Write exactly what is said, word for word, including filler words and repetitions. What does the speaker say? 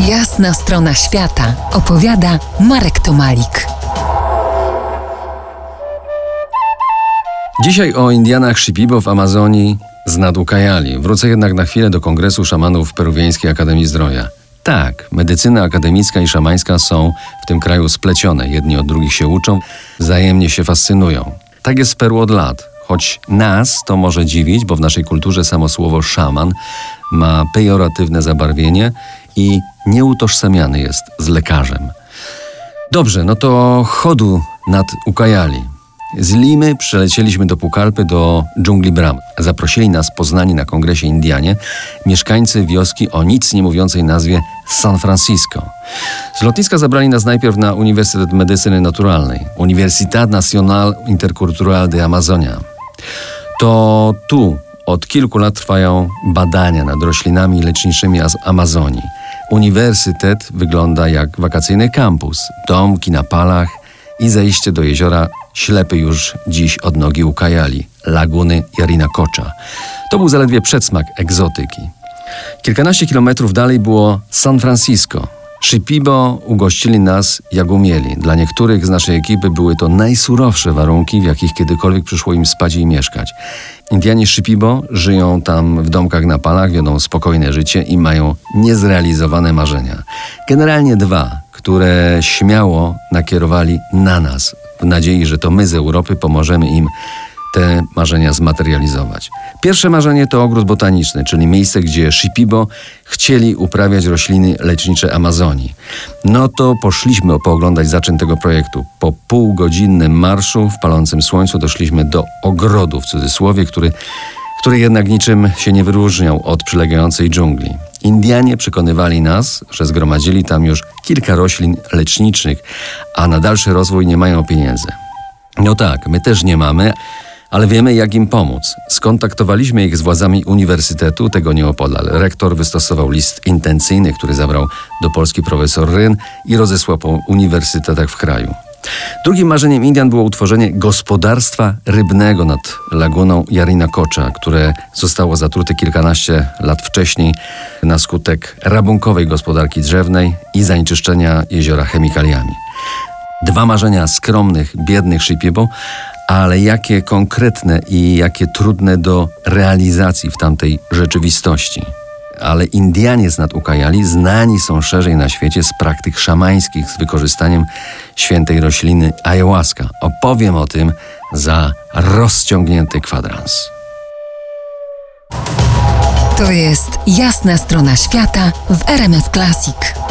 Jasna strona świata opowiada Marek Tomalik. Dzisiaj o Indianach Shipibo w Amazonii z nad Ucayali. Wrócę jednak na chwilę do Kongresu Szamanów Peruwiańskiej Akademii Zdrowia. Tak, medycyna akademicka i szamańska są w tym kraju splecione. Jedni od drugich się uczą, wzajemnie się fascynują. Tak jest w Peru od lat. Choć nas to może dziwić, bo w naszej kulturze samo słowo szaman ma pejoratywne zabarwienie i nieutożsamiany jest z lekarzem. Dobrze, no to chodu nad Ucayali. Z Limy przylecieliśmy do Pucallpy, do dżungli Bram. Zaprosili nas poznani na kongresie Indianie, mieszkańcy wioski o nic nie mówiącej nazwie San Francisco. Z lotniska zabrali nas najpierw na Uniwersytet Medycyny Naturalnej, Universidad Nacional Intercultural de Amazonia. To tu od kilku lat trwają badania nad roślinami leczniczymi z Amazonii. Uniwersytet wygląda jak wakacyjny kampus, domki na palach i zejście do jeziora ślepy już dziś od nogi Ucayali, laguny Yarinacocha. To był zaledwie przedsmak egzotyki. Kilkanaście kilometrów dalej było San Francisco. Shipibo ugościli nas jak umieli. Dla niektórych z naszej ekipy były to najsurowsze warunki, w jakich kiedykolwiek przyszło im spać i mieszkać. Indianie Shipibo żyją tam w domkach na palach, wiodą spokojne życie i mają niezrealizowane marzenia. Generalnie dwa, które śmiało nakierowali na nas, w nadziei, że to my z Europy pomożemy im te marzenia zmaterializować. Pierwsze marzenie to ogród botaniczny, czyli miejsce, gdzie Shipibo chcieli uprawiać rośliny lecznicze Amazonii. No to poszliśmy pooglądać zaczyn tego projektu. Po półgodzinnym marszu w palącym słońcu doszliśmy do ogrodu, w cudzysłowie, który, który jednak niczym się nie wyróżniał od przylegającej dżungli. Indianie przekonywali nas, że zgromadzili tam już kilka roślin leczniczych, a na dalszy rozwój nie mają pieniędzy. No tak, my też nie mamy, ale wiemy, jak im pomóc. Skontaktowaliśmy ich z władzami uniwersytetu, tego nieopodal. Rektor wystosował list intencyjny, który zabrał do Polski profesor Ryn i rozesłał po uniwersytetach w kraju. Drugim marzeniem Indian było utworzenie gospodarstwa rybnego nad laguną Yarinacocha, które zostało zatrute kilkanaście lat wcześniej na skutek rabunkowej gospodarki drzewnej i zanieczyszczenia jeziora chemikaliami. Dwa marzenia skromnych, biednych Shipibo, ale jakie konkretne i jakie trudne do realizacji w tamtej rzeczywistości. Ale Indianie z nad Ucayali znani są szerzej na świecie z praktyk szamańskich z wykorzystaniem świętej rośliny ayahuasca. Opowiem o tym za rozciągnięty kwadrans. To jest Jasna strona świata w R M F Classic.